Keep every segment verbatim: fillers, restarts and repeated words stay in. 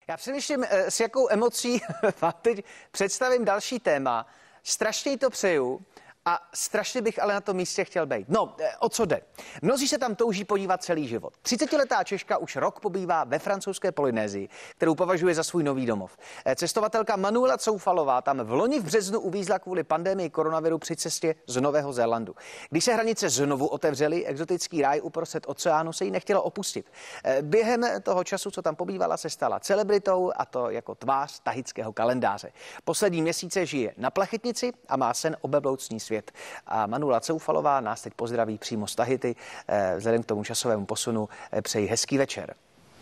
Já přemýšlím, s jakou emocí vám teď představím další téma. Strašně jí to přeju. A strašně bych ale na tom místě chtěl být. No, o co jde? Mnozí se tam touží podívat celý život. třicetiletá Češka už rok pobývá ve francouzské Polynésii, kterou považuje za svůj nový domov. Cestovatelka Manuela Coufalová tam v loni v březnu uvízla kvůli pandemii koronaviru při cestě z Nového Zélandu. Když se hranice znovu otevřely, exotický ráj uprostřed oceánu se jí nechtělo opustit. Během toho času, co tam pobývala, se stala celebritou, a to jako tvář tahického kalendáře. Poslední měsíce žije na Plachetnici a má sen o bebloucní svět. A Manuela Coufalová nás teď pozdraví přímo z Tahiti. Vzhledem k tomu časovému posunu přeji hezký večer.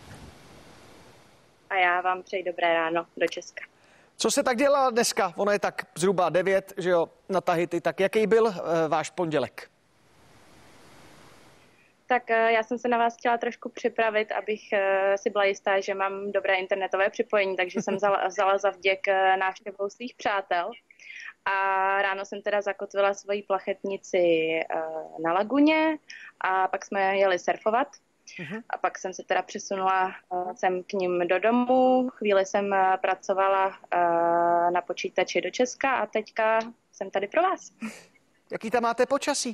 A já vám přeji dobré ráno do Česka. Co se tak dělá dneska? Ono je tak zhruba devět, že jo, na Tahiti. Tak jaký byl uh, váš pondělek? Tak uh, já jsem se na vás chtěla trošku připravit, abych uh, si byla jistá, že mám dobré internetové připojení, takže jsem vzala, vzala za vděk uh, návštěvou svých přátel. A ráno jsem teda zakotvila svoji plachetnici uh, na laguně a pak jsme jeli surfovat. Uh-huh. A pak jsem se teda přesunula uh, sem k ním do domu. Chvíli jsem uh, pracovala uh, na počítači do Česka a teďka jsem tady pro vás. Jaký tam máte počasí?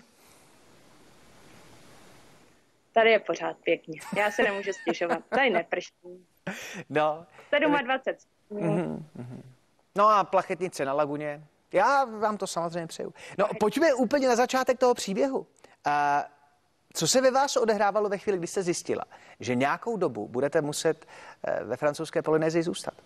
Tady je pořád pěkně. Já se nemůžu stěžovat. Tady neprští. No. dvacet sedm. Uh-huh. No a plachetnice na laguně. Já vám to samozřejmě přeju. No, pojďme úplně na začátek toho příběhu. A co se ve vás odehrávalo ve chvíli, kdy jste zjistila, že nějakou dobu budete muset ve francouzské Polynésii zůstat?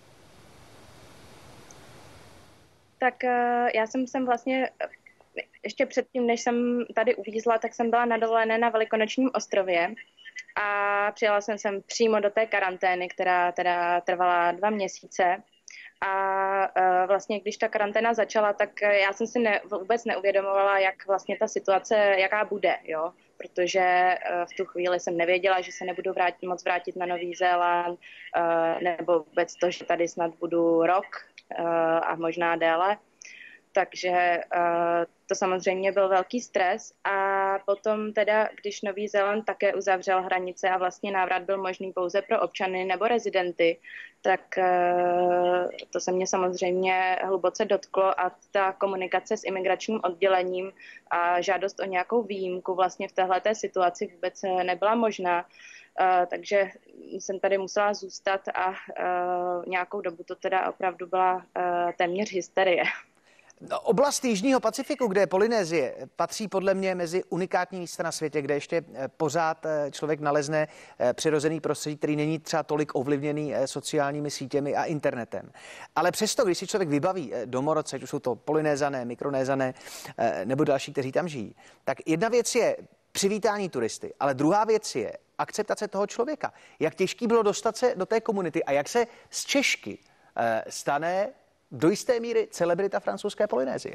Tak já jsem sem vlastně, ještě předtím, než jsem tady uvízla, tak jsem byla na dovolené na Velikonočním ostrově a přijela jsem sem přímo do té karantény, která teda trvala dva měsíce. A vlastně, když ta karanténa začala, tak já jsem si ne, vůbec neuvědomovala, jak vlastně ta situace, jaká bude, jo. Protože v tu chvíli jsem nevěděla, že se nebudu vrátit, moc vrátit na Nový Zéland, nebo vůbec to, že tady snad budu rok a možná déle. Takže to samozřejmě byl velký stres a potom teda, když Nový Zéland také uzavřel hranice a vlastně návrat byl možný pouze pro občany nebo rezidenty, tak to se mě samozřejmě hluboce dotklo a ta komunikace s imigračním oddělením a žádost o nějakou výjimku vlastně v téhleté situaci vůbec nebyla možná. Uh, takže jsem tady musela zůstat a uh, nějakou dobu to teda opravdu byla uh, téměř hysterie. Oblast Jižního Pacifiku, kde je Polynésie, patří podle mě mezi unikátní místa na světě, kde ještě pořád člověk nalezne přirozený prostředí, který není třeba tolik ovlivněný sociálními sítěmi a internetem. Ale přesto, když si člověk vybaví domorodce, ať už jsou to Polynézané, Mikronézané nebo další, kteří tam žijí, tak jedna věc je přivítání turisty, ale druhá věc je akceptace toho člověka. Jak těžký bylo dostat se do té komunity a jak se z Češky stane do jisté míry celebrita francouzské Polynésie?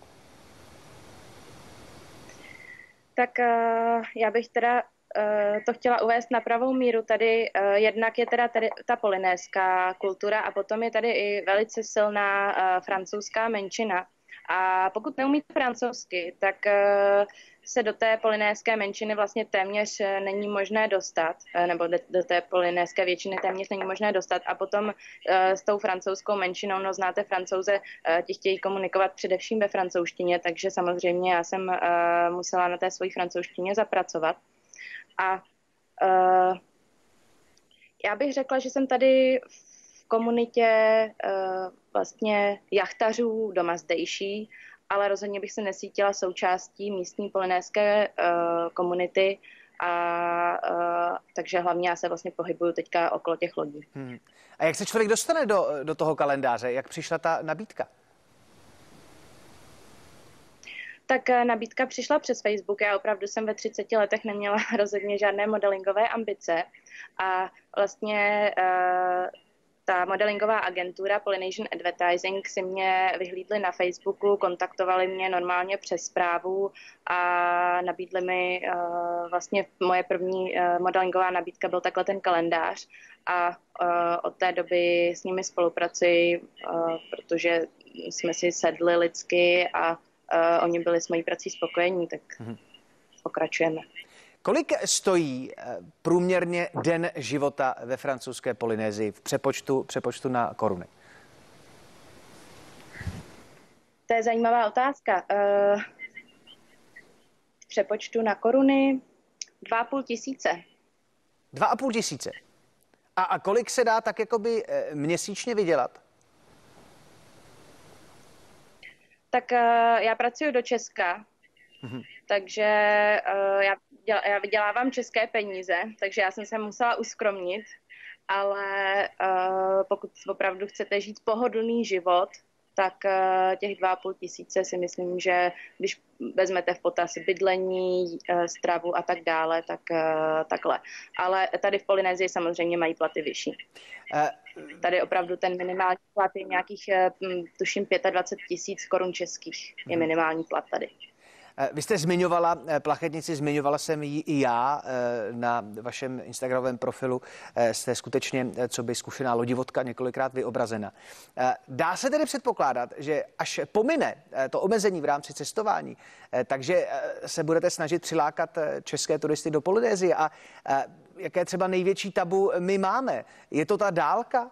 Tak uh, já bych teda uh, to chtěla uvést na pravou míru. Tady uh, jednak je teda tady ta polynéská kultura a potom je tady i velice silná uh, francouzská menšina. A pokud neumíte francouzsky, tak uh, se do té polynéské menšiny vlastně téměř není možné dostat, nebo do té polynéské většiny téměř není možné dostat. A potom uh, s tou francouzskou menšinou, no znáte Francouze, uh, ti chtějí komunikovat především ve francouzštině, takže samozřejmě já jsem uh, musela na té své francouzštině zapracovat. A uh, já bych řekla, že jsem tady v komunitě uh, vlastně jachtařů doma zdejší, ale rozhodně bych se necítila součástí místní polynéské uh, komunity a uh, takže hlavně já se vlastně pohybuju teďka okolo těch lodí. Hmm. A jak se člověk dostane do, do toho kalendáře? Jak přišla ta nabídka? Tak nabídka přišla přes Facebook. Já opravdu jsem ve třiceti letech neměla rozhodně žádné modelingové ambice a vlastně uh, ta modelingová agentura Polynesian Advertising si mě vyhlídli na Facebooku, kontaktovali mě normálně přes zprávu a nabídli mi uh, vlastně moje první uh, modelingová nabídka byl takhle ten kalendář a uh, od té doby s nimi spolupracuji, uh, protože jsme si sedli lidsky a uh, oni byli s mojí prací spokojení, tak mm-hmm. pokračujeme. Kolik stojí průměrně den života ve francouzské Polynésii v přepočtu, přepočtu na koruny? To je zajímavá otázka. V přepočtu na koruny dva a půl tisíce. Dva a půl tisíce. A, a kolik se dá tak jakoby měsíčně vydělat? Tak já pracuji do Česka, mm-hmm. takže já, děl, já vydělávám české peníze, takže já jsem se musela uskromnit, ale pokud opravdu chcete žít pohodlný život, tak těch dva a půl tisíce si myslím, že když vezmete v potaz bydlení, stravu a tak dále, tak takhle. Ale tady v Polynésii samozřejmě mají platy vyšší. Tady opravdu ten minimální plat je nějakých, tuším, dvacet pět tisíc korun českých je minimální plat tady. Vy jste zmiňovala plachetnici, zmiňovala jsem ji i já na vašem instagramovém profilu. Jste skutečně, co by zkušená lodivodka, několikrát vyobrazena. Dá se tedy předpokládat, že až pomine to omezení v rámci cestování, takže se budete snažit přilákat české turisty do Polynésie a jaké třeba největší tabu my máme? Je to ta dálka?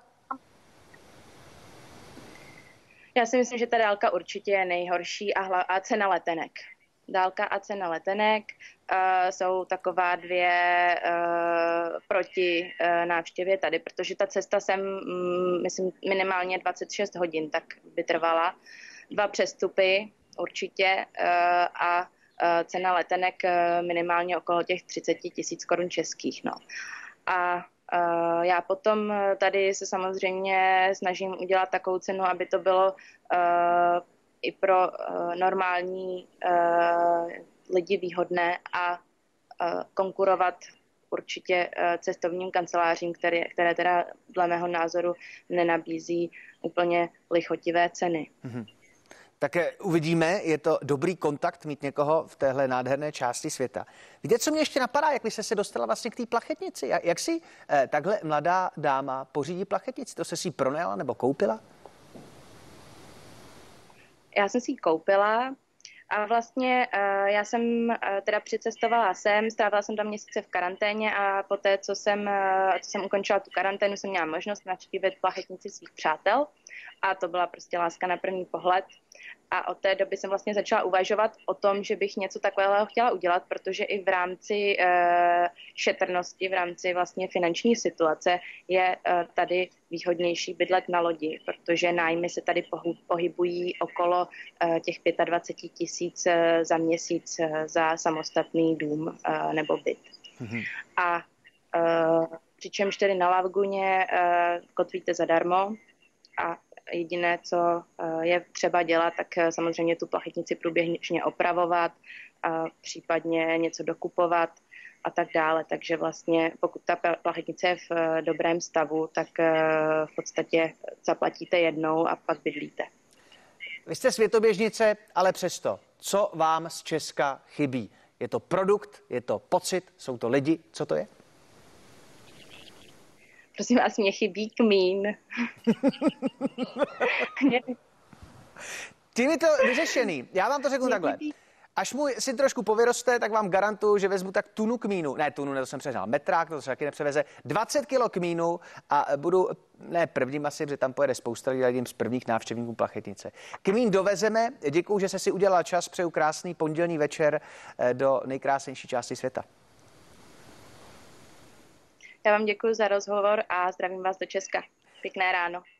Já si myslím, že ta dálka určitě je nejhorší a, hla, a cena letenek. Dálka a cena letenek uh, jsou taková dvě uh, proti uh, návštěvě tady, protože ta cesta sem, um, myslím, minimálně dvacet šest hodin tak by trvala. Dva přestupy určitě uh, a uh, cena letenek uh, minimálně okolo těch třicet tisíc korun českých. No. A uh, já potom tady se samozřejmě snažím udělat takovou cenu, aby to bylo uh, i pro uh, normální uh, lidi výhodné a uh, konkurovat určitě uh, cestovním kancelářím, které, které teda dle mého názoru nenabízí úplně lichotivé ceny. Mm-hmm. Tak uvidíme, je to dobrý kontakt mít někoho v téhle nádherné části světa. Víte, co mě ještě napadá, jak vy jste se dostala vlastně k té plachetnici? Jak, jak si eh, takhle mladá dáma pořídí plachetnici? To se si pronajala nebo koupila? Já jsem si ji koupila a vlastně uh, já jsem uh, teda přicestovala sem, strávila jsem tam měsíce v karanténě a poté, co jsem, uh, co jsem ukončila tu karanténu, jsem měla možnost navštívit plachetnici svých přátel a to byla prostě láska na první pohled. A od té doby jsem vlastně začala uvažovat o tom, že bych něco takového chtěla udělat, protože i v rámci e, šetrnosti, v rámci vlastně finanční situace je e, tady výhodnější bydlet na lodi, protože nájmy se tady pohybují okolo e, těch dvacet pět tisíc e, za měsíc e, za samostatný dům e, nebo byt. Mm-hmm. A e, přičemž tedy na Laguně e, kotvíte zadarmo a jediné, co je třeba dělat, tak samozřejmě tu plachetnici průběžně opravovat, a případně něco dokupovat a tak dále. Takže vlastně pokud ta plachetnice je v dobrém stavu, tak v podstatě zaplatíte jednou a pak bydlíte. Vy jste světoběžnice, ale přesto, co vám z Česka chybí? Je to produkt, je to pocit, jsou to lidi, co to je? Prosím vás, mě chybí kmín. Tím je to vyřešený. Já vám to řeknu takhle. Až můj syn trošku povyroste, tak vám garantuju, že vezmu tak tunu kmínu. Ne, tunu, ne, to jsem přehnal. Metrák, to se taky nepřeveze. dvacet kilo kmínu a budu, ne prvním asi, protože tam pojede spousta lidí, jedním z prvních návštěvníků plachetnice. Kmín dovezeme. Děkuju, že jste si udělala čas. Přeju krásný pondělní večer do nejkrásnější části světa. Já vám děkuji za rozhovor a zdravím vás do Česka. Pěkné ráno.